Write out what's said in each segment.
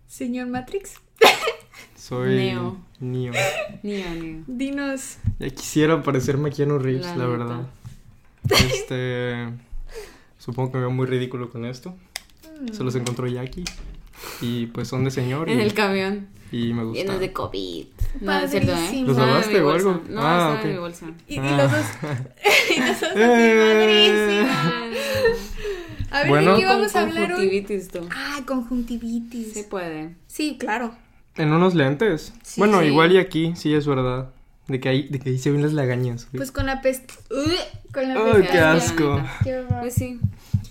Señor Matrix. Soy Neo. Neo. Dinos. Ya quisiera parecerme a Keanu Reeves, la neta. verdad. Supongo que me veo muy ridículo con esto. Se los encontró Jackie. Y pues son de señor. En el camión. Y me gusta. Llenos de COVID. No, es cierto, ¿eh? Padrísimo. ¿Los Estaba en lavaste mi o bolsa. algo? No, Ah, estaba en ok. mi bolsa. Y los dos. Y los dos así, padrísimo. A ver, Bueno. ¿de qué vamos a hablar hoy? Conjuntivitis, tú. Ah, conjuntivitis. Se puede. Sí, claro. En unos lentes. Sí, bueno, sí. igual y aquí, sí es verdad. De que ahí se ven las lagañas. güey. Pues con la peste. Con la Ay, peste. qué asco. Qué horror. Pues sí.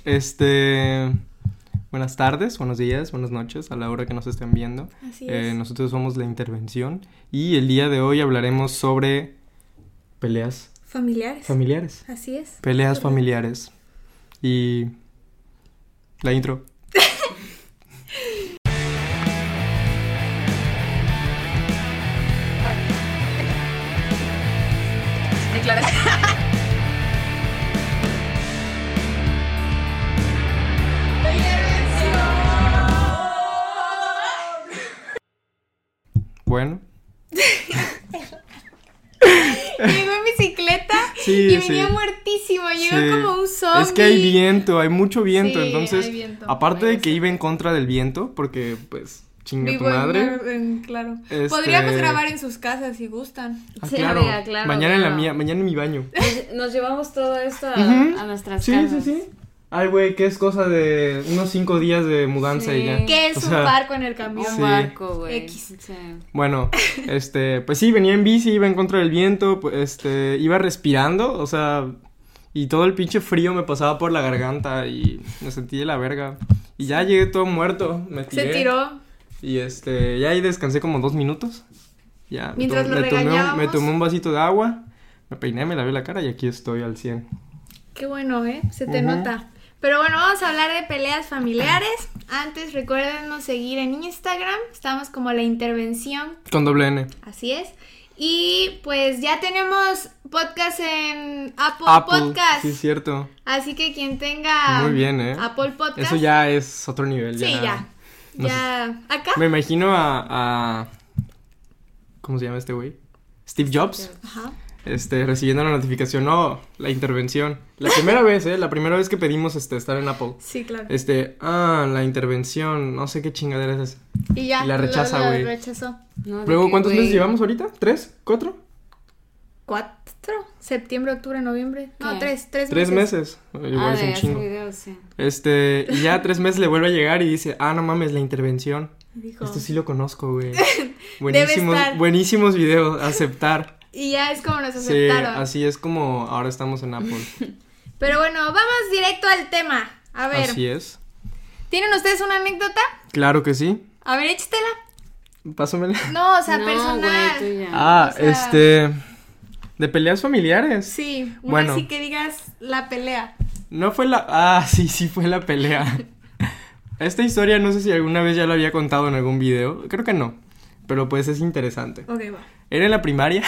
Buenas tardes, buenos días, buenas noches a la hora que nos estén viendo. Así es. Nosotros somos La Intervención y el día de hoy hablaremos sobre peleas Familiares. familiares. Así es. Peleas familiares. Y la intro. Bueno, Llegó en bicicleta sí, y venía sí. muertísimo. Llegó Sí. como un zombie. Es que hay viento, hay mucho viento, Sí, entonces, hay viento. aparte de Puede que ser. iba en contra del viento, porque pues chinga tu Vivo madre. claro. Este- Podríamos grabar en sus casas si gustan. Ah, Sí, claro. amiga, claro, Mañana en la claro. mía, mañana en mi baño. Nos llevamos todo esto a, Ujú. a nuestras Sí, casas. sí, sí. Ay, güey, que es cosa de unos 5 días de mudanza Sí. y ya. ¿Qué es O un sea, barco en el camión? Un Sí. barco, güey. X. Sí. Bueno, pues sí, venía en bici, iba en contra del viento, pues, iba respirando, o sea, y todo el pinche frío me pasaba por la garganta y me sentí de la verga. Y ya llegué todo muerto, me tiré. Se tiró. Y ya ahí descansé como 2 minutos. Ya, Mientras lo me regañábamos. tomé un vasito de agua, me peiné, me lavé la cara y aquí estoy al 100. Qué bueno, Se te Ujú. nota. Pero bueno, vamos a hablar de peleas familiares. Antes, recuérdenos seguir en Instagram. Estamos como La Intervención. Con doble N. Así es. Y pues ya tenemos podcast en Apple Podcast. Sí, es cierto. Así que quien tenga Muy bien, Apple Podcast. Eso ya es otro nivel. Sí, ya. No sé. Ya. ¿Acá? Me imagino a ¿cómo se llama este güey? Steve Jobs. Ajá. Recibiendo la notificación, no, La Intervención. La primera vez, la primera vez que pedimos estar en Apple. Sí, claro. La intervención, no sé qué chingadera es esa. Y ya. y la rechaza, lo güey. rechazó. No, ¿de Luego, qué, ¿cuántos güey? meses llevamos ahorita? ¿3? ¿4? 4. Septiembre, octubre, noviembre. No, ¿Qué? 3 3 meses. Igual es de un hacer chingo. videos, sí. Y ya 3 meses le vuelve a llegar y dice, no mames, La Intervención. Dijo. Esto sí lo conozco, güey. Debe estar. Buenísimos videos, aceptar. Y ya es como nos Sí, aceptaron. así es como ahora estamos en Apple. Pero bueno, vamos directo al tema. A ver, Así es. ¿tienen ustedes una anécdota? Claro que sí. A ver, échatela. Pásamela. No, o sea, No, personal. güey, tú ya. Ah, o sea- de peleas familiares. Sí, una Bueno. así que digas la pelea. No fue sí fue la pelea. Esta historia no sé si alguna vez ya la había contado en algún video. Creo que no. Pero pues es interesante. Ok, va. Era en la primaria.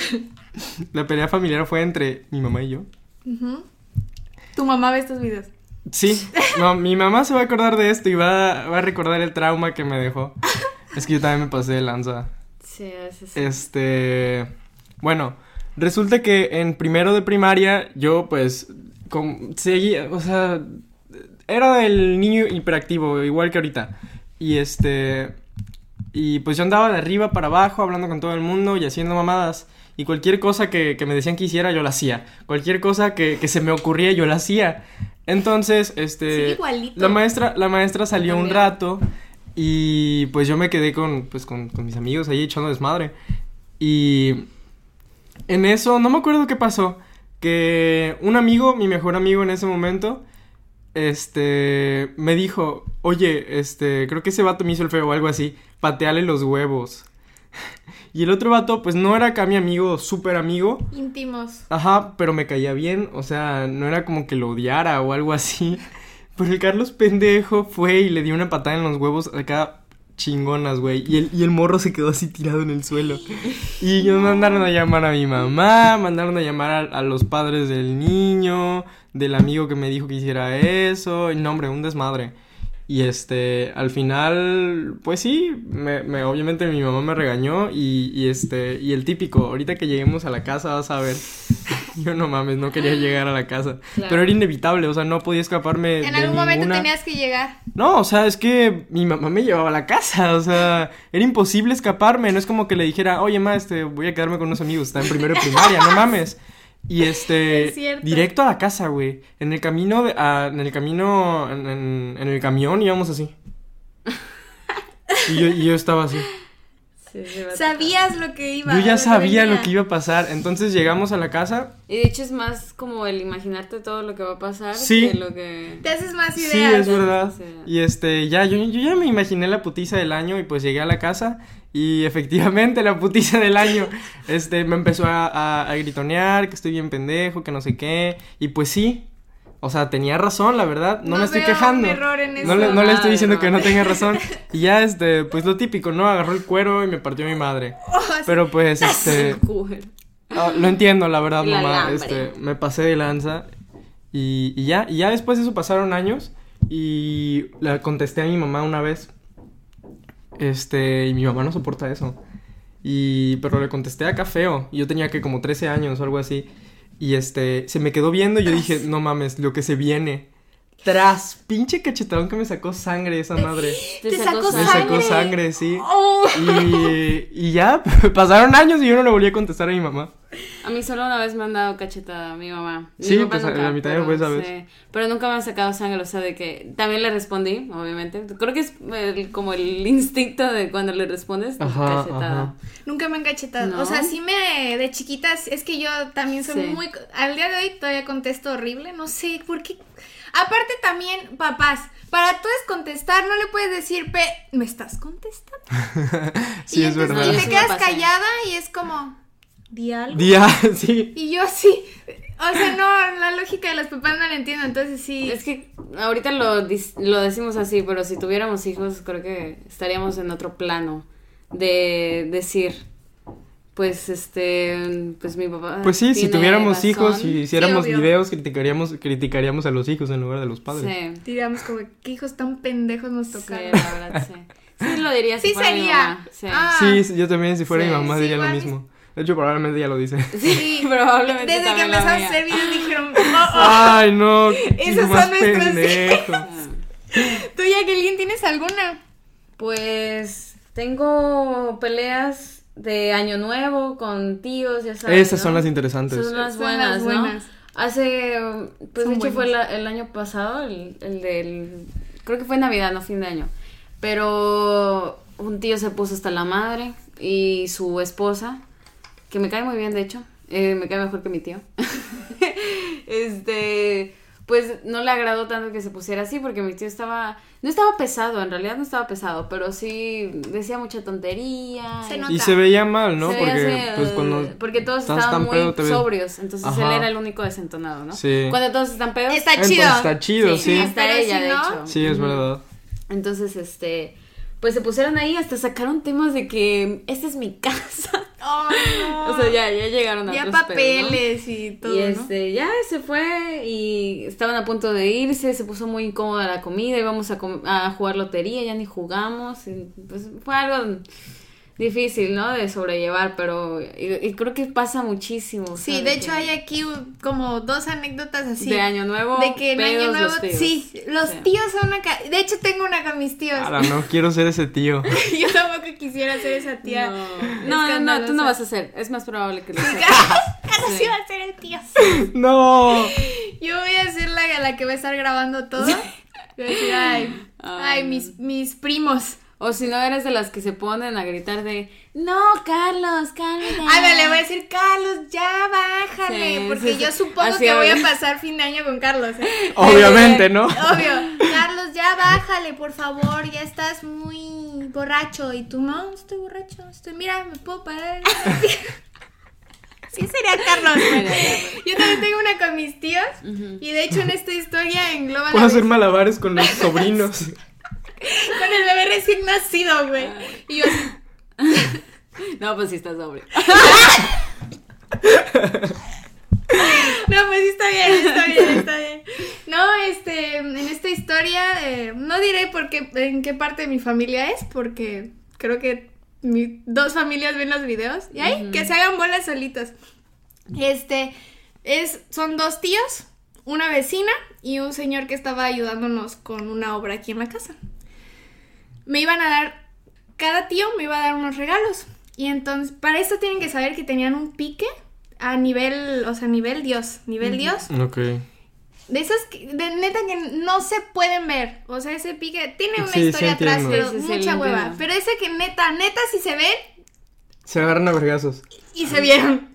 La pelea familiar fue entre mi mamá y yo. Ujú. Tu mamá ve estos videos. Sí, no, mi mamá se va a acordar de esto y va a recordar el trauma que me dejó. Es que yo también me pasé de lanza. Sí, eso sí. Bueno, resulta que en primero de primaria yo pues seguía, o sea, era el niño hiperactivo, igual que ahorita. Y pues yo andaba de arriba para abajo hablando con todo el mundo y haciendo mamadas. Y cualquier cosa que me decían que hiciera, yo la hacía. Cualquier cosa que se me ocurría, yo la hacía. Entonces, Sí, igualito. la maestra salió un También. rato y pues yo me quedé con mis amigos ahí echando desmadre. Y en eso, no me acuerdo qué pasó, que un amigo, mi mejor amigo en ese momento, me dijo, oye, creo que ese vato me hizo el feo o algo así, pateale los huevos. Y el otro vato, pues no era acá mi amigo, súper amigo. Íntimos. Ajá, pero me caía bien, o sea, no era como que lo odiara o algo así. Pero el Carlos pendejo fue y le dio una patada en los huevos acá chingonas, güey. Y el morro se quedó así tirado en el suelo. Y ellos mandaron a llamar a mi mamá, mandaron a llamar a los padres del niño, del amigo que me dijo que hiciera eso. Y no, hombre, un desmadre. Y al final, pues sí, obviamente mi mamá me regañó y el típico, ahorita que lleguemos a la casa vas a ver. Yo no mames, no quería llegar a la casa. Claro. Pero era inevitable, o sea, no podía escaparme en algún momento tenías que llegar. No, o sea, es que mi mamá me llevaba a la casa, o sea, era imposible escaparme. No es como que le dijera, oye, ma, voy a quedarme con unos amigos, está en primero de primaria, no mames. Y directo a la casa, güey. En el camino, en el camión íbamos así. Y yo estaba así. Sí, sabías lo que iba. Yo ya sabía lo que iba a pasar. Entonces llegamos a la casa. Y de hecho es más como el imaginarte todo lo que va a pasar. Sí. Que lo que... Te haces más ideas. Sí, es verdad. Y yo ya me imaginé la putiza del año y pues llegué a la casa. Y efectivamente la putiza del año me empezó a gritonear que estoy bien pendejo, que no sé qué. Y pues sí, o sea, tenía razón, la verdad, no me estoy quejando. Un error en eso. No le estoy diciendo que no tenga razón. Y ya pues lo típico, ¿no? Agarró el cuero y me partió mi madre. Pero pues lo entiendo, la verdad, mamá, me pasé de lanza. Y ya después de eso pasaron años y le contesté a mi mamá una vez. Y mi mamá no soporta eso. Pero le contesté acá feo. Y yo tenía que como 13 años o algo así. Y se me quedó viendo y yo dije, no mames, lo que se viene. Pinche cachetadón que me sacó sangre esa madre. ¿Te sacó sangre? Me sacó sangre, sí. Oh. Y ya, pasaron años y yo no le volví a contestar a mi mamá. A mí solo una vez me han dado cachetada mi mamá. Sí, pues nunca, la mitad fue esa vez. Sí, pero nunca me han sacado sangre, o sea, de que también le respondí, obviamente. Creo que es como el instinto de cuando le respondes, cachetada. Ajá. Nunca me han cachetado. ¿No? O sea, sí de chiquitas, es que yo también soy muy... Al día de hoy todavía contesto horrible, no sé por qué. Aparte también, papás, para tú contestar, no le puedes decir, ¿me estás contestando? Sí, es verdad. Y te quedas callada y es como... ¿Di algo? Sí. Y yo sí. O sea, no, la lógica de los papás no la entiendo, entonces sí. Es que ahorita lo decimos así, pero si tuviéramos hijos, creo que estaríamos en otro plano de decir, pues, pues mi papá. Pues sí, si tuviéramos razón. Hijos, si hiciéramos videos, criticaríamos a los hijos en lugar de los padres. Sí. Diríamos como, ¿qué hijos tan pendejos nos tocaron? Sí, la verdad, sí. Sí, lo diría si sí fuera sería. Mi mamá. Sí, yo también, si fuera mi mamá, diría lo mismo. De hecho, probablemente ya lo dice. Sí, probablemente. Desde que empezamos a hacer videos dijeron, Ay, no. Esos son nuestros hijos. ¿Tú, Jacqueline, tienes alguna? Pues tengo peleas de Año Nuevo con tíos, ya sabes. Esas son las interesantes. Son las buenas, ¿no? Hace, pues de hecho fue el año pasado, el del, creo que fue Navidad, no fin de año. Pero un tío se puso hasta la madre y su esposa, que me cae muy bien, de hecho, me cae mejor que mi tío. Pues no le agradó tanto que se pusiera así, porque mi tío no estaba pesado, en realidad no estaba pesado, pero sí decía mucha tontería. Y se veía mal, ¿no? Porque todos estaban muy sobrios, entonces él era el único desentonado, ¿no? Sí. Cuando todos están pedos. Está chido, sí. Hasta ella, de hecho. Sí, es verdad. Entonces, pues se pusieron ahí, hasta sacaron temas de que esta es mi casa. Oh, no. O sea, ya llegaron a otros papeles, ¿no? Y todo, y ya se fue y estaban a punto de irse, se puso muy incómoda la comida, íbamos a jugar lotería, ya ni jugamos, y pues fue algo difícil, ¿no? De sobrellevar, pero y creo que pasa muchísimo. Sí, ¿sabes? De hecho hay aquí como 2 anécdotas así. De Año Nuevo. De que en Año Nuevo, los tíos son acá. De hecho tengo una con mis tíos. Ahora no quiero ser ese tío. Yo tampoco quisiera ser esa tía. No, tú no vas a ser. Es más probable que lo seas. Carlos sí va a ser el tío. No. Yo voy a ser la que va a estar grabando todo. Yo voy a decir, ay, mis primos. O si no, eres de las que se ponen a gritar de, no, Carlos, cálmate. Ay, le voy a decir, Carlos, ya bájale. Sí, porque yo supongo que voy a pasar fin de año con Carlos. Obviamente, ¿no? Obvio. Carlos, ya bájale, por favor, ya estás muy borracho. Y tú, no estoy borracho. Mira, me puedo parar. Sí sería Carlos. Yo también tengo una con mis tíos. Y de hecho en esta historia engloba... Puedo hacer malabares con los sobrinos. Con el bebé recién nacido, güey. Y yo así. No, pues sí estás sobrio. No, pues sí está bien. No, en esta historia, no diré en qué parte de mi familia es, porque creo que dos familias ven los videos, y ahí, que se hagan bolas solitos. Son dos tíos, una vecina y un señor que estaba ayudándonos con una obra aquí en la casa. Cada tío me iba a dar unos regalos, y entonces, para esto tienen que saber que tenían un pique a nivel Dios, Dios. Ok. De esas de neta que no se pueden ver. O sea, ese pique tiene una Sí, historia sí, atrás, entiendo. pero Sí, mucha lo hueva. entiendo. Pero ese que neta si se ven Se agarran a vergazos. y se vieron.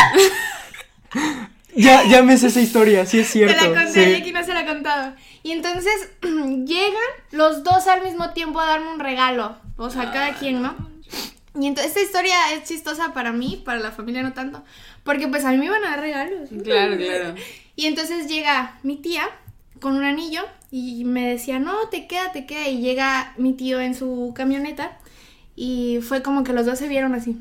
Ya me sé esa historia, sí es cierto. Te la conté, sí. y aquí no se la he contado. Y entonces llegan los dos al mismo tiempo a darme un regalo. O sea, cada quien, ¿no? Y entonces esta historia es chistosa para mí, para la familia no tanto. Porque pues a mí me iban a dar regalos. Claro, claro. Y entonces llega mi tía con un anillo y me decía, no, te queda. Y llega mi tío en su camioneta y fue como que los dos se vieron así.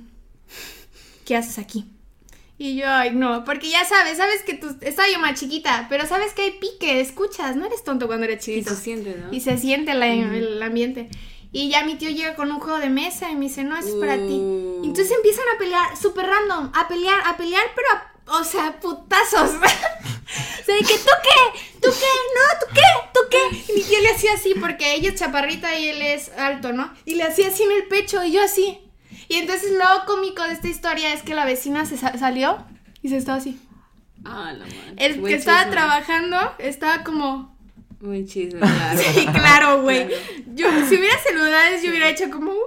¿Qué haces aquí? Y yo, ay, no, porque ya sabes que tú, estaba yo más chiquita, pero sabes que hay pique, escuchas, no eres tonto cuando eres chiquito. Sí, se siente, ¿no? Y se siente el ambiente. Y ya mi tío llega con un juego de mesa y me dice, no, eso es para ti. Y entonces empiezan a pelear, súper random, a pelear, pero, o sea, putazos. O sea, de que, ¿tú qué? ¿Tú qué? No, ¿tú qué? Y mi tío le hacía así, porque ella es chaparrita y él es alto, ¿no? Y le hacía así en el pecho y yo así. Y entonces lo cómico de esta historia es que la vecina se salió y se estaba así. Ah, la madre. El Buen que estaba chisme. trabajando estaba como... Muy chisme, claro. Sí, claro, güey. Claro. Si hubiera celulares, yo hubiera hecho como...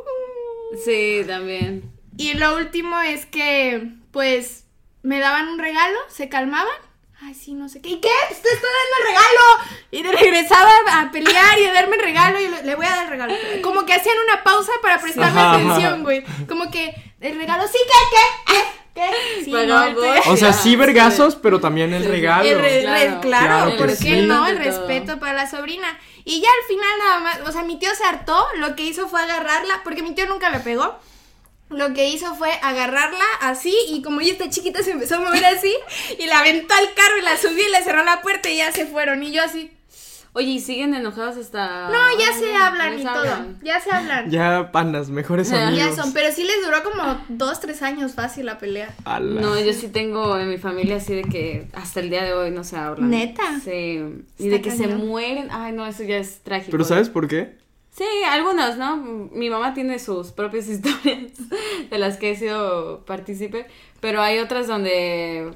Sí, también. Y lo último es que, pues, me daban un regalo, se calmaban. Ay, sí, no sé qué. ¿Y qué? ¡Te estoy dando el regalo! Y regresaba a pelear y a darme el regalo y le voy a dar el regalo. Como que hacían una pausa para prestarme Ajá. atención, güey. Como que el regalo, sí, ¿qué? Sí, Bueno, no, voy. O sea, sí Sí. vergazos, pero también el regalo. Claro, Claro ¿por que qué sí. no? El De todo. respeto para la sobrina. Y ya al final nada más, o sea, mi tío se hartó, lo que hizo fue agarrarla, porque mi tío nunca le pegó. Lo que hizo fue agarrarla así, y como ella está chiquita se empezó a mover así, y la aventó al carro y la subió y le cerró la puerta y ya se fueron, y yo así. Oye, ¿y siguen enojados hasta...? No, ya se hablan y se todo, hablan. ya se hablan. Ya panas, mejores Ya amigos. Ya son, pero sí les duró como 2-3 años fácil la pelea. Ala. No, yo sí tengo en mi familia así de que hasta el día de hoy no se hablan. ¿Neta? Sí. Y Está de que se cañón. mueren. Ay, no, eso ya es trágico. Pero ¿sabes por qué? Sí, algunos, ¿no? Mi mamá tiene sus propias historias de las que he sido partícipe, pero hay otras donde,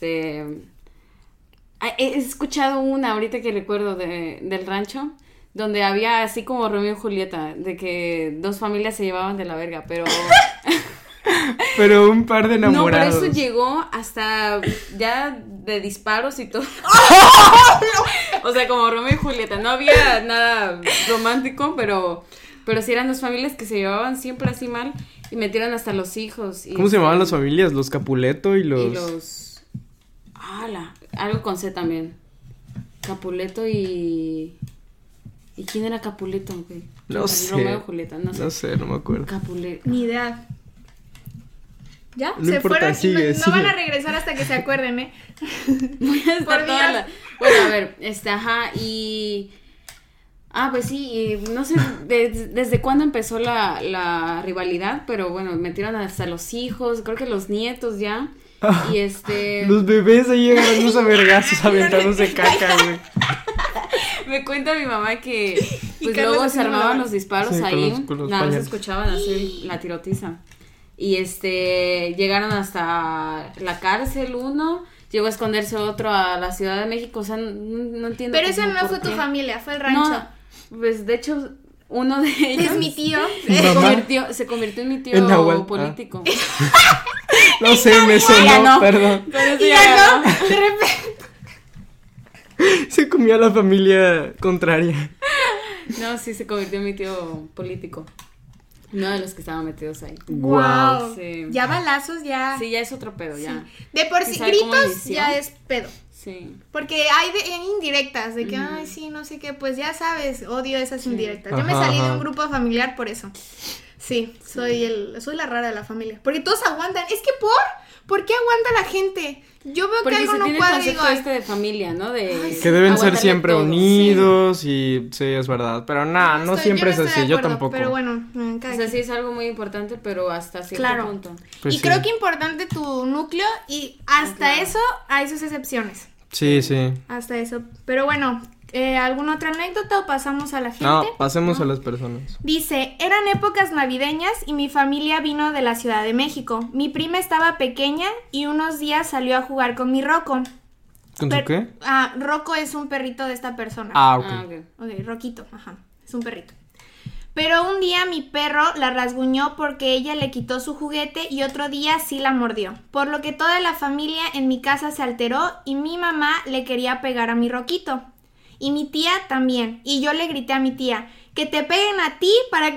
he escuchado una ahorita que recuerdo del rancho, donde había así como Romeo y Julieta, de que dos familias se llevaban de la verga, pero... Pero un par de No, pero enamorados. eso llegó hasta ya de disparos y todo. O sea, como Romeo y Julieta. No había nada romántico, pero sí eran dos familias que se llevaban siempre así mal y metieron hasta los hijos. Y ¿Cómo se llamaban las familias? Los Capuleto y los... Y los... algo con C también. Capuleto y... ¿Y quién era Capuleto, güey? No sé. Romeo y Julieta, no sé. No sé, no me acuerdo. Capuleto. Ni idea. ¿Ya? No se importa, fueron sigue, y no sigue. van a regresar hasta que se acuerden, ¿eh? Está Por toda Dios. Bueno, a ver, ajá, y... pues sí, y no sé desde cuándo empezó la rivalidad, pero bueno, metieron hasta los hijos, creo que los nietos ya, y Los bebés ahí agarrándose a vergazos, aventándose caca, güey. me cuenta mi mamá que pues Carlos luego se haciendo armaban malabares. los disparos Sí, con ahí, los nada más pañales. escuchaban así la tirotiza, y llegaron hasta la cárcel uno, llegó a esconderse otro a la Ciudad de México, o sea, no entiendo. Pero esa cómo, no por fue tu qué. familia, fue el rancho. No, pues de hecho, uno de ellos Es mi tío. Mamá. se convirtió en mi tío En Nahual, político. No sé, me sonó, Ya no. perdón. Pero eso Y ya ya no. no, de repente. Se comió a la familia contraria. No, sí, se convirtió en mi tío político. Uno de los que estaban metidos ahí. Guau. Wow. Sí. Ya balazos, ya. Sí, ya es otro pedo, ya. De por ¿Quién sí, sabe cómo gritos inició? ya es pedo. Sí. Porque hay indirectas, de que, ay, sí, no sé qué, pues ya sabes, odio esas indirectas. Yo me Ajá, salí de ajá. un grupo familiar por eso. Sí, soy la rara de la familia. Porque todos aguantan. Es que ¿por qué aguanta la gente? Yo veo porque que algo se no tiene cuadra el y digo, concepto de familia, ¿no? De que deben ser aguantarle siempre todo. unidos sí, es verdad. Pero no siempre es así, yo tampoco. Pero bueno, O sea, sí es algo muy importante, pero hasta cierto punto. Pues y sí. creo que importante tu núcleo y hasta eso hay sus excepciones. Sí. Hasta eso. Pero bueno, ¿alguna otra anécdota o pasamos a la gente? No, pasemos a las personas. Dice, eran épocas navideñas y mi familia vino de la Ciudad de México. Mi prima estaba pequeña y unos días salió a jugar con mi Rocco. ¿Con tu qué? Rocco es un perrito de esta persona. Ok. Ok, Roquito, ajá, es un perrito. Pero un día mi perro la rasguñó porque ella le quitó su juguete y otro día sí la mordió. Por lo que toda la familia en mi casa se alteró y mi mamá le quería pegar a mi Roquito. Y mi tía también. Y yo le grité a mi tía, que te peguen a ti para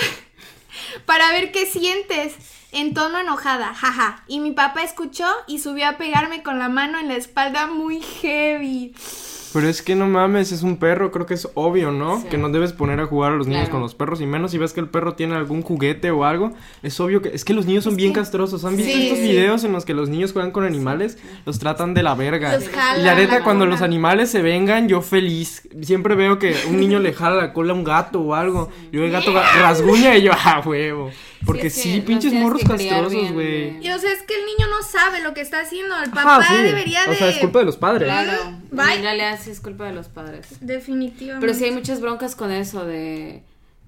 ver qué sientes. En tono enojada, jaja. Y mi papá escuchó y subió a pegarme con la mano en la espalda muy heavy. Pero es que no mames, es un perro, creo que es obvio, ¿no? Sí. Que no debes poner a jugar a los niños Claro. con los perros, y menos si ves que el perro tiene algún juguete o algo, es obvio que... Es que los niños son bien castrosos, ¿han visto Sí, estos sí. videos en los que los niños juegan con animales? Los tratan de la verga. Los jalan Y la neta, la cuando cola. los animales se vengan, yo feliz. Siempre veo que un niño le jala la cola a un gato o algo, y el gato rasguña y yo, huevo. Porque es que sí, los pinches tienes morros que criar castrosos, bien, güey. Y o sea, es que el niño no sabe lo que está haciendo. El papá Ajá, sí. debería de... O sea, es culpa de los padres. Claro, Bye. en realidad sí es culpa de los padres. Definitivamente. Pero sí hay muchas broncas con eso de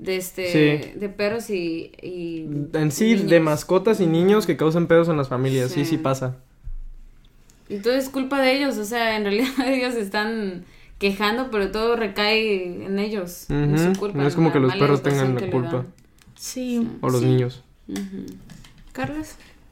perros y En sí, niños. de mascotas y niños que causan pedos en las familias, sí pasa. Entonces es culpa de ellos, o sea, en realidad ellos están quejando, pero todo recae en ellos, en Ujú. su culpa. No es como la que los mala perros educación tengan la que le culpa. dan. Sí. O los sí. niños. Ujú. Carlos.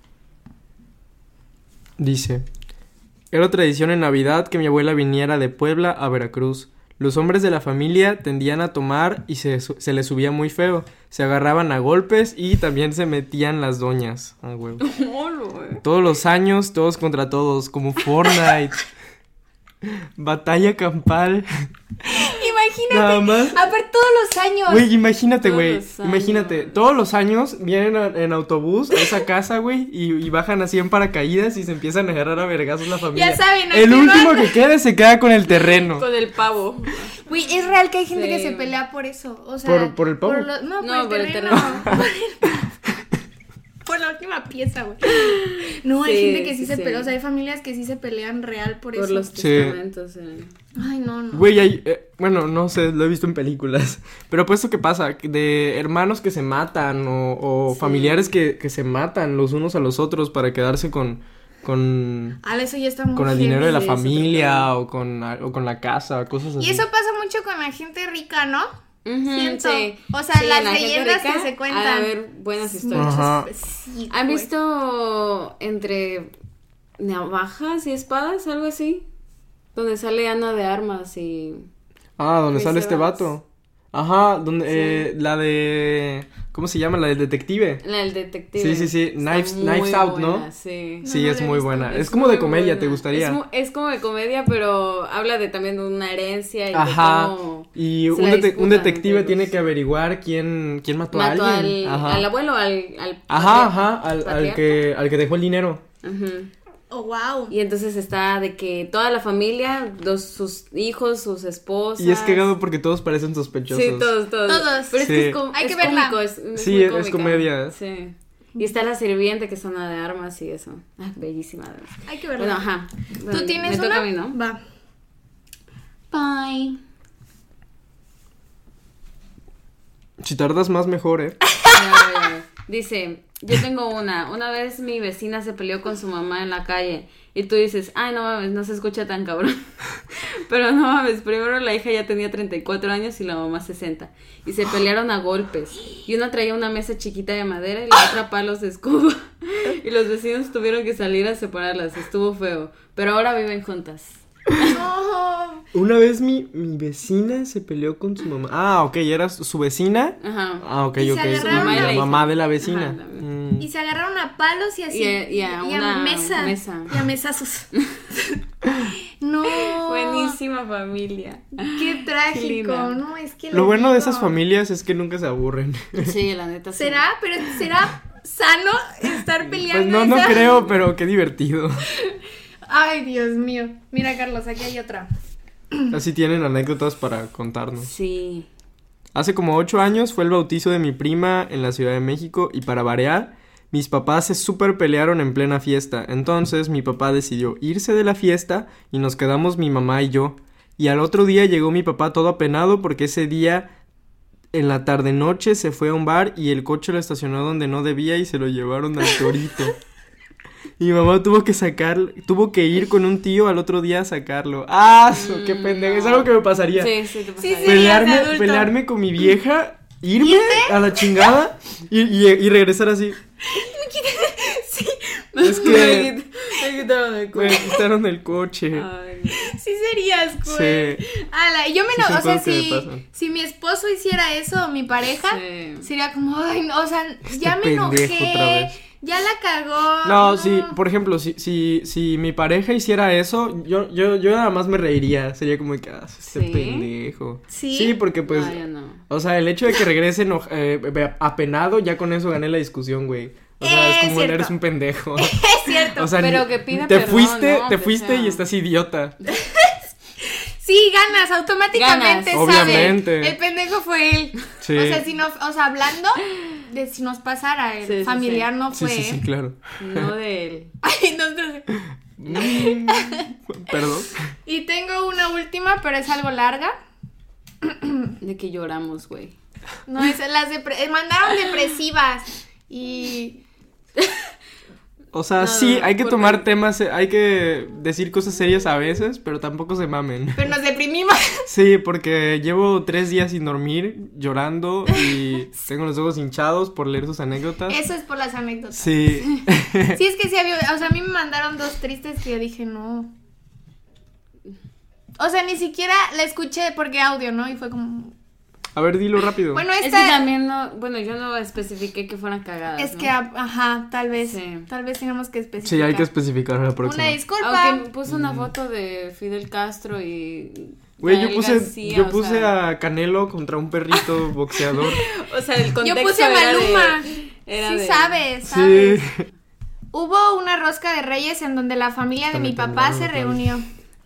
Dice, era tradición en Navidad que mi abuela viniera de Puebla a Veracruz. Los hombres de la familia tendían a tomar y se les subía muy feo. Se agarraban a golpes y también se metían las doñas. Ah, huevo. Todos los años, todos contra todos, como Fortnite. Batalla campal. Imagínate. Nada más. A ver, todos los años. Güey, imagínate, Todos güey. los años. Imagínate, todos los años vienen en autobús a esa casa, güey, y bajan así en paracaídas y se empiezan a agarrar a vergazos la familia. Ya saben, el aquí último van. que quede se queda con el terreno. Con el pavo. Güey, es real que hay gente Sí. que se pelea por eso. O sea, ¿Por el pavo? No, por el terreno. Por la última pieza, güey. No, hay Sí, gente que sí, sí, se sí. pelea. O sea, hay familias que sí se pelean real por Por eso. los Sí. testamentos. Ay, no. Güey, hay, bueno, no sé, lo he visto en películas. Pero pues, ¿qué pasa? De hermanos que se matan o Sí. familiares que se matan los unos a los otros para quedarse con Eso ya está muy el heavy. dinero de la Sí, eso familia o con la casa, cosas así. Y eso pasa mucho con la gente rica, ¿no? Ujú, Siento. sí. O sea, Sí, las la gente leyendas rica, que se cuentan. ha de haber buenas historias. Ajá. Sí, ¿Han güey. visto entre navajas y espadas, algo así? Donde sale Ana de Armas y... Donde Chris sale este Evans. vato. Ajá, donde la de ¿cómo se llama? La del detective. La del detective. Sí. Está Knives muy Out, ¿no? buena, sí. No, Sí, no es la he muy visto. buena. Es Es como de muy comedia, buena. ¿te gustaría? Es como de comedia, pero habla también de una herencia y Ajá. de cómo Y se un, la un disputan detective entre tiene los- que averiguar quién mató a mató alguien. al abuelo, al Ajá, al patriarca. que dejó el dinero. Ujú. Oh, wow. Y entonces está de que toda la familia, sus hijos, sus esposas. Y es cagado porque todos parecen sospechosos. Sí, todos. Todos. Pero es Sí. que Hay es que verla. cómico, Sí, muy es cómica. comedia. Sí. Y está la sirviente que es Ana de Armas y eso. Ah, bellísima. además. Hay que verla. Bueno, ajá. ¿Tú tienes Me toca una? a mí, ¿no? Va. Bye. Si tardas más, mejor, Ya. Dice, yo tengo una vez mi vecina se peleó con su mamá en la calle y tú dices, ay, no mames, no se escucha tan cabrón. Pero no mames, primero la hija ya tenía 34 años y la mamá 60 y se pelearon a golpes y una traía una mesa chiquita de madera y la otra palos de escoba y los vecinos tuvieron que salir a separarlas, estuvo feo, pero ahora viven juntas. No. Una vez mi vecina se peleó con su mamá. Ah, ok, ¿era su vecina? Ajá. Ok, Y se ok. agarraron La a- mamá de la vecina. Ajá, la vecina. Y se agarraron a palos y así. Y a una mesa. Y a mesazos. No. Mismísima familia. Qué trágico, linda. no, es que... Lo bueno de digo. esas familias es que nunca se aburren. Sí, la neta. sí. ¿Será? Pero ¿será sano estar peleando? Pues no esa? creo, pero qué divertido. Ay, Dios mío. Mira, Carlos, aquí hay otra. Así tienen anécdotas para contarnos. Sí. Hace como 8 años fue el bautizo de mi prima en la Ciudad de México y para variar, mis papás se súper pelearon en plena fiesta. Entonces mi papá decidió irse de la fiesta y nos quedamos mi mamá y yo. Y al otro día llegó mi papá todo apenado porque ese día en la tarde noche se fue a un bar y el coche lo estacionó donde no debía y se lo llevaron al torito. Y mi mamá tuvo que ir con un tío al otro día a sacarlo. ¡Ah! ¡Qué pendejo! Es algo que me pasaría. Sí, te pasaría. Sí, de adulto. Pelearme con mi vieja, irme a la chingada y regresar así. Sí, Es que Me quitaron el me quitaron el coche. Ay, no. sí serías, güey. Sí. Ala, yo me Sí, no, son o sea, cosas que me pasan. si mi esposo hiciera eso, mi pareja, Sí. sería como, ay, no, o sea, ya me pendejo enojé, otra vez. ya la cagó. No, sí, por ejemplo, si mi pareja hiciera eso, yo nada más me reiría. Sería como que, este ¿Sí? pendejo. ¿Sí? Sí, porque pues, No, yo no. o sea, el hecho de que regrese apenado, ya con eso gané la discusión, güey. O sea, es como cierto. eres un pendejo. Es cierto. O sea, Pero que pida te perdón, fuiste, ¿no? te Que fuiste sea- y estás idiota. Sí, ganas, automáticamente, Ganas. ¿sabes? Obviamente. El pendejo fue él. Sí. O sea, hablando de si nos pasara, el Sí, sí, familiar sí. no Sí, fue. sí, sí, claro. No de él. Ay, no. Perdón. Y tengo una última, pero es algo larga. De que lloramos, güey. No, es mandaron depresivas y O sea, No, sí, no, hay que porque- tomar temas, hay que decir cosas serias a veces, pero tampoco se mamen. pero nos deprimimos. Sí, porque llevo 3 días sin dormir, llorando y tengo los ojos hinchados por leer sus anécdotas. Eso es por las anécdotas. Sí. Sí, es que sí había, o sea, a mí me mandaron 2 tristes que yo dije, no. O sea, ni siquiera la escuché porque audio, ¿no? Y fue como... A ver, dilo rápido. Bueno, Es que esta... también no, bueno, yo no especifiqué que fueran cagadas. Es ¿no? que, ajá, tal vez Sí. tenemos que especificar. Sí, hay que especificar la próxima. Una disculpa. Aunque puso una foto de Fidel Castro y... Güey, yo Gael puse, García, yo o puse sea, a Canelo contra un perrito boxeador. O sea, el Yo contexto puse a era de- Maluma. era Sí, de- sabes. Sí. Hubo una rosca de Reyes en donde la familia de Está mi metiendo papá algo, se Fabi. reunió.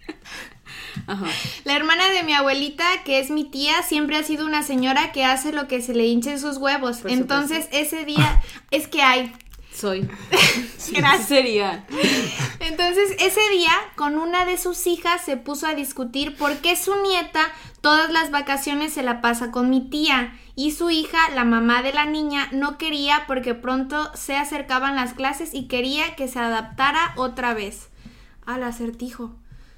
Ajá. La hermana de mi abuelita, que es mi tía, siempre ha sido una señora que hace lo que se le hinche sus huevos. Por Entonces, ese día, es que hay. Soy. Gracias. Sería. Entonces, ese día, con una de sus hijas, se puso a discutir por qué su nieta todas las vacaciones se la pasa con mi tía. Y su hija, la mamá de la niña, no quería porque pronto se acercaban las clases y quería que se adaptara otra vez. Al acertijo.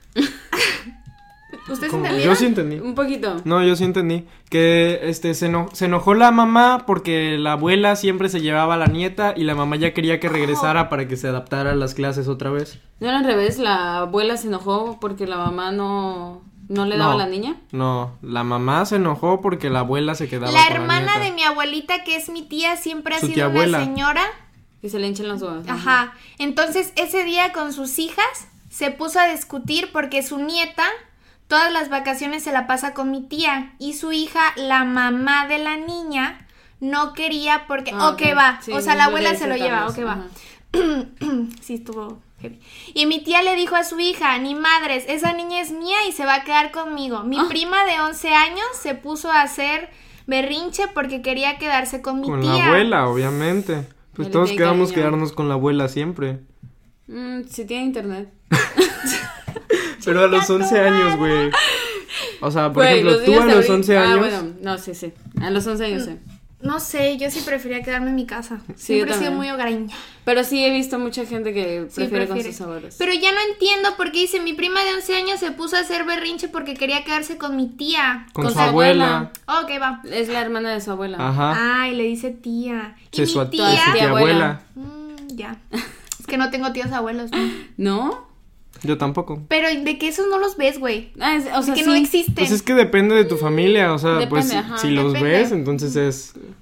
¿Ustedes ¿Cómo? entendieron? Yo sí entendí. Un poquito. No, yo sí entendí. Que se enojó la mamá porque la abuela siempre se llevaba a la nieta y la mamá ya quería que regresara para que se adaptara a las clases otra vez. ¿No era al revés? La abuela se enojó porque la mamá no le daba a la niña. No, la mamá se enojó porque la abuela se quedaba La con hermana nieta. de mi abuelita, que es mi tía, siempre ha Su sido tía abuela. una señora. Que se le hinchen los huevos. Ajá. Entonces, ese día con sus hijas se puso a discutir porque su nieta todas las vacaciones se la pasa con mi tía y su hija, la mamá de la niña, no quería porque... Ah, ok, ok. va. Sí, o sea, la abuela debería se lo lleva. aceptarlos. Ok, va. Ajá. Sí, estuvo heavy. Y mi tía le dijo a su hija, ni madres, esa niña es mía y se va a quedar conmigo. Mi prima de 11 años se puso a hacer berrinche porque quería quedarse con mi Con tía. la abuela, obviamente. Pues Ya le todos tiene quedamos cariño. quedarnos con la abuela siempre. Si tiene internet. Pero a los 11 años, güey. O sea, por Güey, ejemplo, los tú niños a de los ahorita- 11 años... bueno, no, sí. A los 11 años sí. No sé, yo sí prefería quedarme en mi casa. Sí, Siempre yo he sido también. muy hogareña. Pero sí he visto mucha gente que Sí, prefiere con sus abuelos. Pero ya no entiendo por qué dice, mi prima de 11 años se puso a hacer berrinche porque quería quedarse con mi tía. Con con su su abuela. Ok, va. Es la hermana de su abuela. Ajá. Ay, le dice tía. Y Sí, mi su tía... su tía abuela. Ya. Es que no tengo tíos abuelos, ¿no? ¿No? Yo tampoco. Pero de que esos no los ves, güey. Ah, o sea, Que sí. no existen. Pues es que depende de tu familia, o sea, Depende, pues ajá, si los depende. ves, entonces es...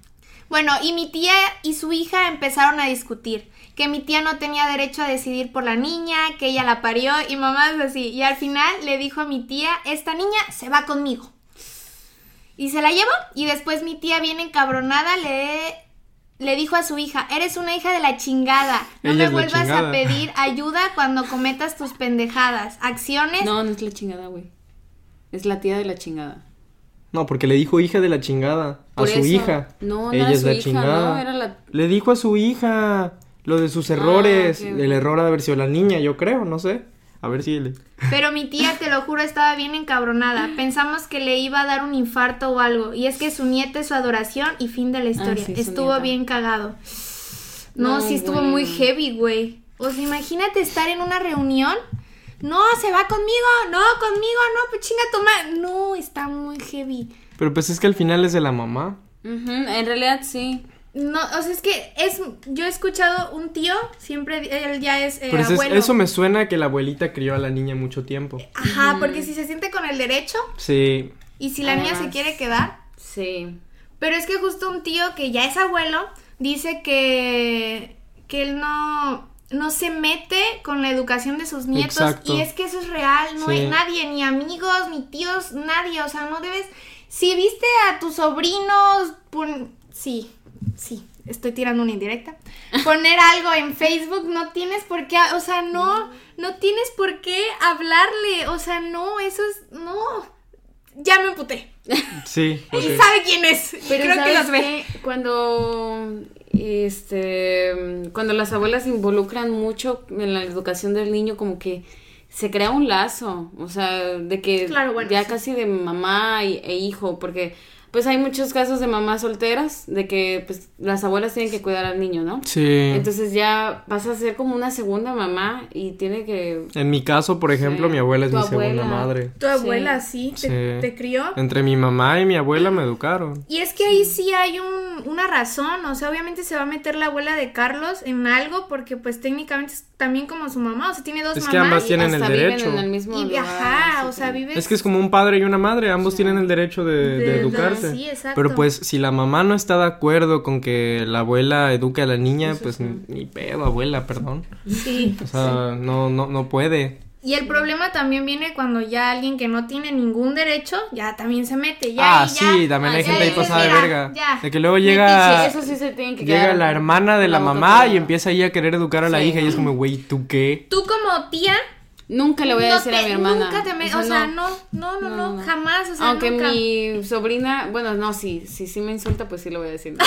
Bueno, y mi tía y su hija empezaron a discutir. Que mi tía no tenía derecho a decidir por la niña, que ella la parió y mamás así. Y al final le dijo a mi tía, esta niña se va conmigo. Y se la llevó. Y después mi tía bien encabronada le dijo a su hija, eres una hija de la chingada. No Ella me es la vuelvas chingada. a pedir ayuda cuando cometas tus pendejadas. Acciones. No, no es la chingada, güey. Es la tía de la chingada. No, porque le dijo hija de la chingada a Por su eso. hija. No, Ella era es su la hija, chingada. no, era la... Le dijo a su hija lo de sus errores. ok. El error ha de haber sido la niña, yo creo, no sé. A ver si le... Pero mi tía, te lo juro, estaba bien encabronada. Pensamos que le iba a dar un infarto o algo. Y es que su nieta es su adoración y fin de la historia. sí, su Estuvo nieta. bien cagado. No, No, sí estuvo güey. muy heavy, güey. O sea, imagínate estar en una reunión. No, se va conmigo. No, pues chinga tu madre. No, está muy heavy. Pero pues es que al final es de la mamá. Ujú, en realidad sí. No, o sea, es que yo he escuchado un tío, siempre, él ya es Pero abuelo. eso me suena a que la abuelita crió a la niña mucho tiempo. Ajá, porque si se siente con el derecho Sí. y si la niña se Además. quiere quedar. Sí. Pero es que justo un tío que ya es abuelo dice que él no se mete con la educación de sus nietos. Exacto. Y es que eso es real, no Sí. hay nadie, ni amigos, ni tíos, nadie. O sea, no debes... Si viste a tus sobrinos... Sí, estoy tirando una indirecta. Poner algo en Facebook, no tienes por qué... O sea, no tienes por qué hablarle. O sea, no, eso es... No... Ya me emputé. Sí. ok. Y sabe quién es. Pero Creo que ¿sabes los ve. qué? Cuando las abuelas se involucran mucho en la educación del niño, como que se crea un lazo, o sea, de que Claro, bueno, ya sí. casi de mamá e hijo, porque pues hay muchos casos de mamás solteras, de que pues las abuelas tienen que cuidar al niño, ¿no? Sí. Entonces ya vas a ser como una segunda mamá y tiene que... En mi caso, por ejemplo, Sí. mi abuela es Tu mi segunda abuela. madre. Tu abuela, sí, Sí. te crió. Entre mi mamá y mi abuela me educaron. Y es que ahí sí hay una razón, o sea, obviamente se va a meter la abuela de Carlos en algo porque pues técnicamente es también como su mamá, o sea, tiene dos Es mamás. que ambas y tienen hasta el viven derecho. en el mismo Y lugar, ajá, así o sea, que- vives... Es que es como un padre y una madre, ambos tienen el derecho de educarse. Sí, exacto. Pero pues si la mamá no está de acuerdo con que la abuela eduque a la niña, pues ni pedo, abuela, perdón. Sí. O sea, no puede. Y el problema también viene cuando ya alguien que no tiene ningún derecho, ya también se mete, ya. Ah, sí, también hay ya gente ahí dices, pasada de mira, verga. ya. De que luego Metiche, llega eso sí se tienen que llega quedar la hermana de la con mamá autoridad. y empieza ahí a querer educar a la Sí. hija y es como, güey, ¿tú qué? Tú como tía, Nunca le voy a decir a mi hermana. nunca te metes, o sea, no, jamás, o sea, Aunque nunca. mi sobrina, bueno, no, sí me insulta, pues sí lo voy a decir.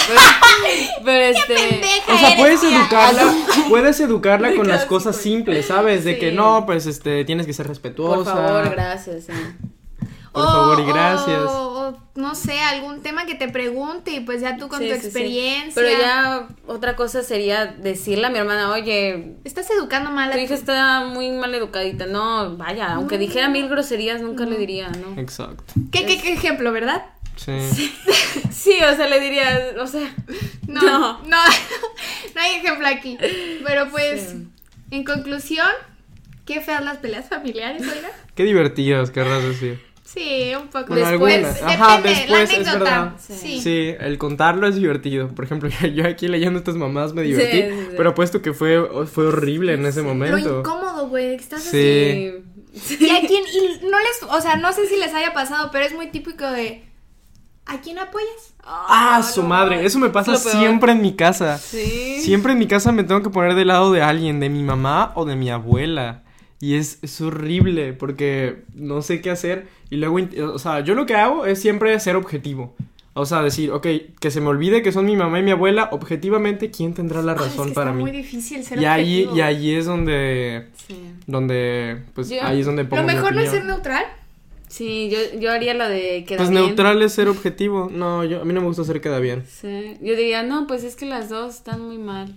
Pero pendeja O sea, eres, puedes tía. educarla con las quedo cosas así, simples, ¿sabes? De Sí. que no, pues tienes que ser respetuosa. por favor, gracias. Por favor y gracias. O, no sé, algún tema que te pregunte y pues ya tú con Sí, tu sí, sí. experiencia. Pero ya otra cosa sería decirle a mi hermana, oye, Estás educando mal a tu hija está muy mal educadita. No, vaya, aunque dijera 1000 groserías, nunca le diría, ¿no? Exacto. ¿Qué ejemplo, verdad? Sí. Sí, o sea, le diría, o sea, No hay ejemplo aquí. Pero pues, Sí. en conclusión, qué feas las peleas familiares, oiga. Qué divertidas, querrás decir. Sí, un poco. Bueno, Después, algunas. Ajá, depende, después, la es anécdota. verdad. Sí. Sí, el contarlo es divertido. Por ejemplo, yo aquí leyendo estas mamás me divertí, Sí, sí, sí. pero apuesto que fue horrible en ese Lo momento. incómodo, güey, que estás Sí. así. Y a quien, y no les, o sea, no sé si les haya pasado, pero es muy típico de, ¿a quién apoyas? Ah, su madre, eso me pasa lo peor. siempre en mi casa. Sí. Siempre en mi casa me tengo que poner del lado de alguien, de mi mamá o de mi abuela. Y es horrible porque no sé qué hacer. Y luego, o sea, yo lo que hago es siempre ser objetivo. O sea, decir, ok, que se me olvide que son mi mamá y mi abuela. Objetivamente, ¿quién tendrá la Ay, razón es que para está mí? muy difícil ser Y objetivo. ahí es donde, pues Yo- ahí es donde pongo Lo mi mejor no es opinión. ser neutral. Sí, yo haría la de queda Pues bien. neutral es ser objetivo. No, a mí no me gusta ser queda bien. Sí, yo diría, no, pues es que las dos están muy mal.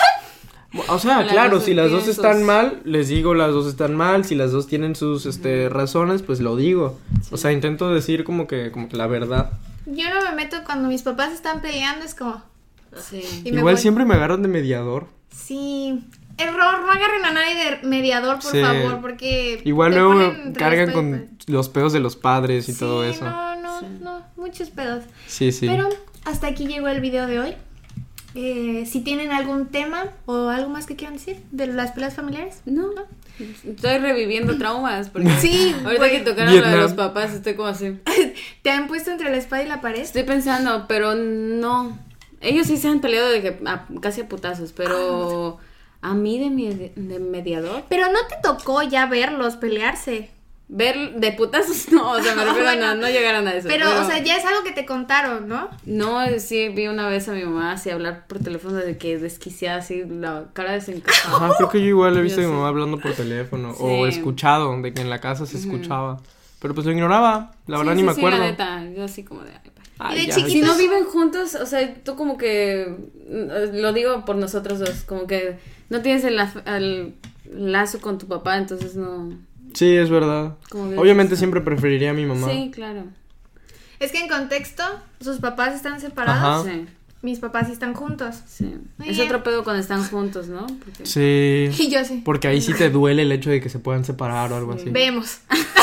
O sea, Las claro, dos si las dos tienen están sus- mal, les digo las dos están mal. Si las dos tienen sus razones, pues lo digo. O sea, intento decir como que la verdad. Yo no me meto cuando mis papás están peleando, es como... Sí. y me Igual voy. siempre me agarran de mediador. Sí. Error, no agarren a nadie de mediador, por Sí. favor, porque... Igual te luego ponen entre cargan los con los pedos de los padres y Sí, todo eso. no, muchos pedos. Sí, sí. Pero hasta aquí llegó el video de hoy. Si tienen algún tema o algo más que quieran decir de las peleas familiares. No. Estoy reviviendo traumas porque sí, ahorita que tocaron lo de los papás estoy como así. ¿Te han puesto entre la espada y la pared? Estoy pensando, pero no. Ellos sí se han peleado de que casi a putazos, pero a mí de mediador. Pero no te tocó ya verlos pelearse. Ver de putazos, no, o sea, me refiero a no llegaron a eso. Pero, o sea, ya es algo que te contaron, ¿no? No, sí, vi una vez a mi mamá así hablar por teléfono de que desquiciada, así, la cara desencajada. Ajá, creo que yo igual he visto a mi mamá hablando por teléfono, sí. o escuchado, de que en la casa se escuchaba. Pero pues lo ignoraba, la verdad ni me acuerdo. La neta, yo así como de... Y de ya, chiquitos... Si no viven juntos, o sea, tú como que, lo digo por nosotros dos, como que no tienes el lazo con tu papá, entonces no... Sí, es verdad. Obviamente siempre preferiría a mi mamá. Sí, claro. Es que en contexto, sus papás están separados. Ajá. Sí. Mis papás sí están juntos. Sí. Muy Es bien. otro pedo cuando están juntos, ¿no? Porque... Sí. Y yo sí. Porque ahí sí te duele el hecho de que se puedan separar o algo así. Vemos.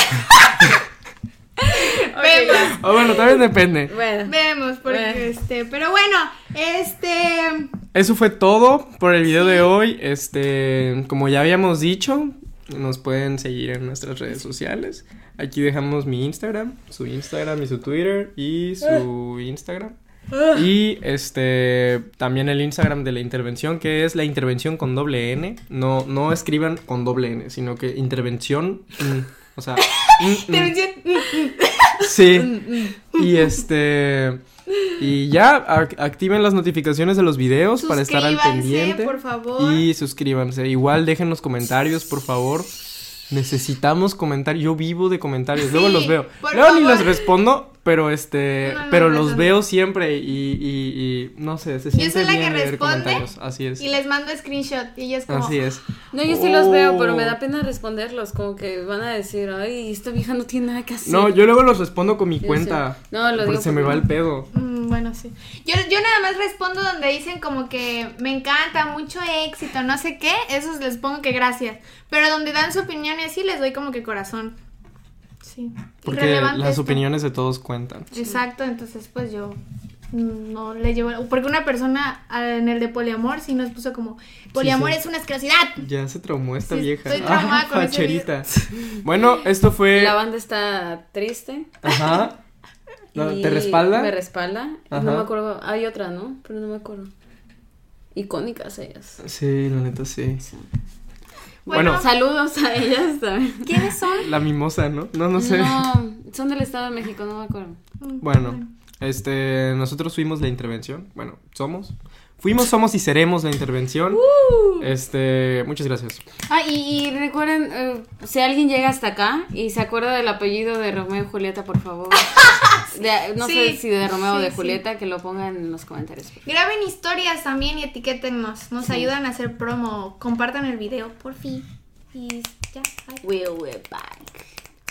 Okay, Vemos. O bueno, también depende. Bueno. Vemos, porque pero bueno, Eso fue todo por el video de hoy. Como ya habíamos dicho, nos pueden seguir en nuestras redes sociales. Aquí dejamos mi Instagram, su Instagram y su Twitter y su Instagram. Y también el Instagram de la intervención, que es la intervención con doble N. No escriban con doble N, sino que intervención. O sea, intervención. Sí. Y ya activen las notificaciones de los videos para estar al pendiente. Por favor. Y suscríbanse. Igual dejen los comentarios, por favor. Necesitamos comentarios. Yo vivo de comentarios. Sí, luego los veo. por Luego ni favor. los respondo, pero pero los respondo. veo siempre y no sé, se siente soy la que bien leer responde comentarios. Así es. Y les mando screenshot y ellos como... Así es. No, yo sí los veo, pero me da pena responderlos, como que van a decir, ay, esta vieja no tiene nada que hacer. No, yo luego los respondo con mi Yo cuenta. sé. No, lo porque digo se me porque va no. el pedo. Bueno, sí. Yo nada más respondo donde dicen como que me encanta, mucho éxito, no sé qué. Esos les pongo que gracias. Pero donde dan su opinión y así les doy como que corazón. Sí. Porque Irrelevante las esto. opiniones de todos cuentan. Exacto, entonces pues yo no le llevo... Porque una persona en el de poliamor sí nos puso como... Poliamor Sí. es una asquerosidad. Ya se traumó esta Sí, vieja. estoy traumada con ese facherita. Bueno, esto fue... La banda está triste. Ajá. No, y ¿te respalda? Me respalda. Ajá. No me acuerdo, hay otra, ¿no? Pero no me acuerdo. Icónicas ellas. Sí, la neta sí. Sí. Bueno. Saludos a ellas también. ¿Quiénes son? La mimosa, ¿no? No sé. No, son del Estado de México, no me acuerdo. Bueno, nosotros fuimos la intervención. Bueno, fuimos, somos y seremos la intervención. Muchas gracias. Ah, y recuerden, si alguien llega hasta acá y se acuerda del apellido de Romeo y Julieta, por favor. No Sí, sé si de Romeo o sí, de sí. Julieta, que lo pongan en los comentarios. Graben historias también y etiquétennos. Nos ayudan a hacer promo. Compartan el video, por fin. Y ya, bye. We'll be back.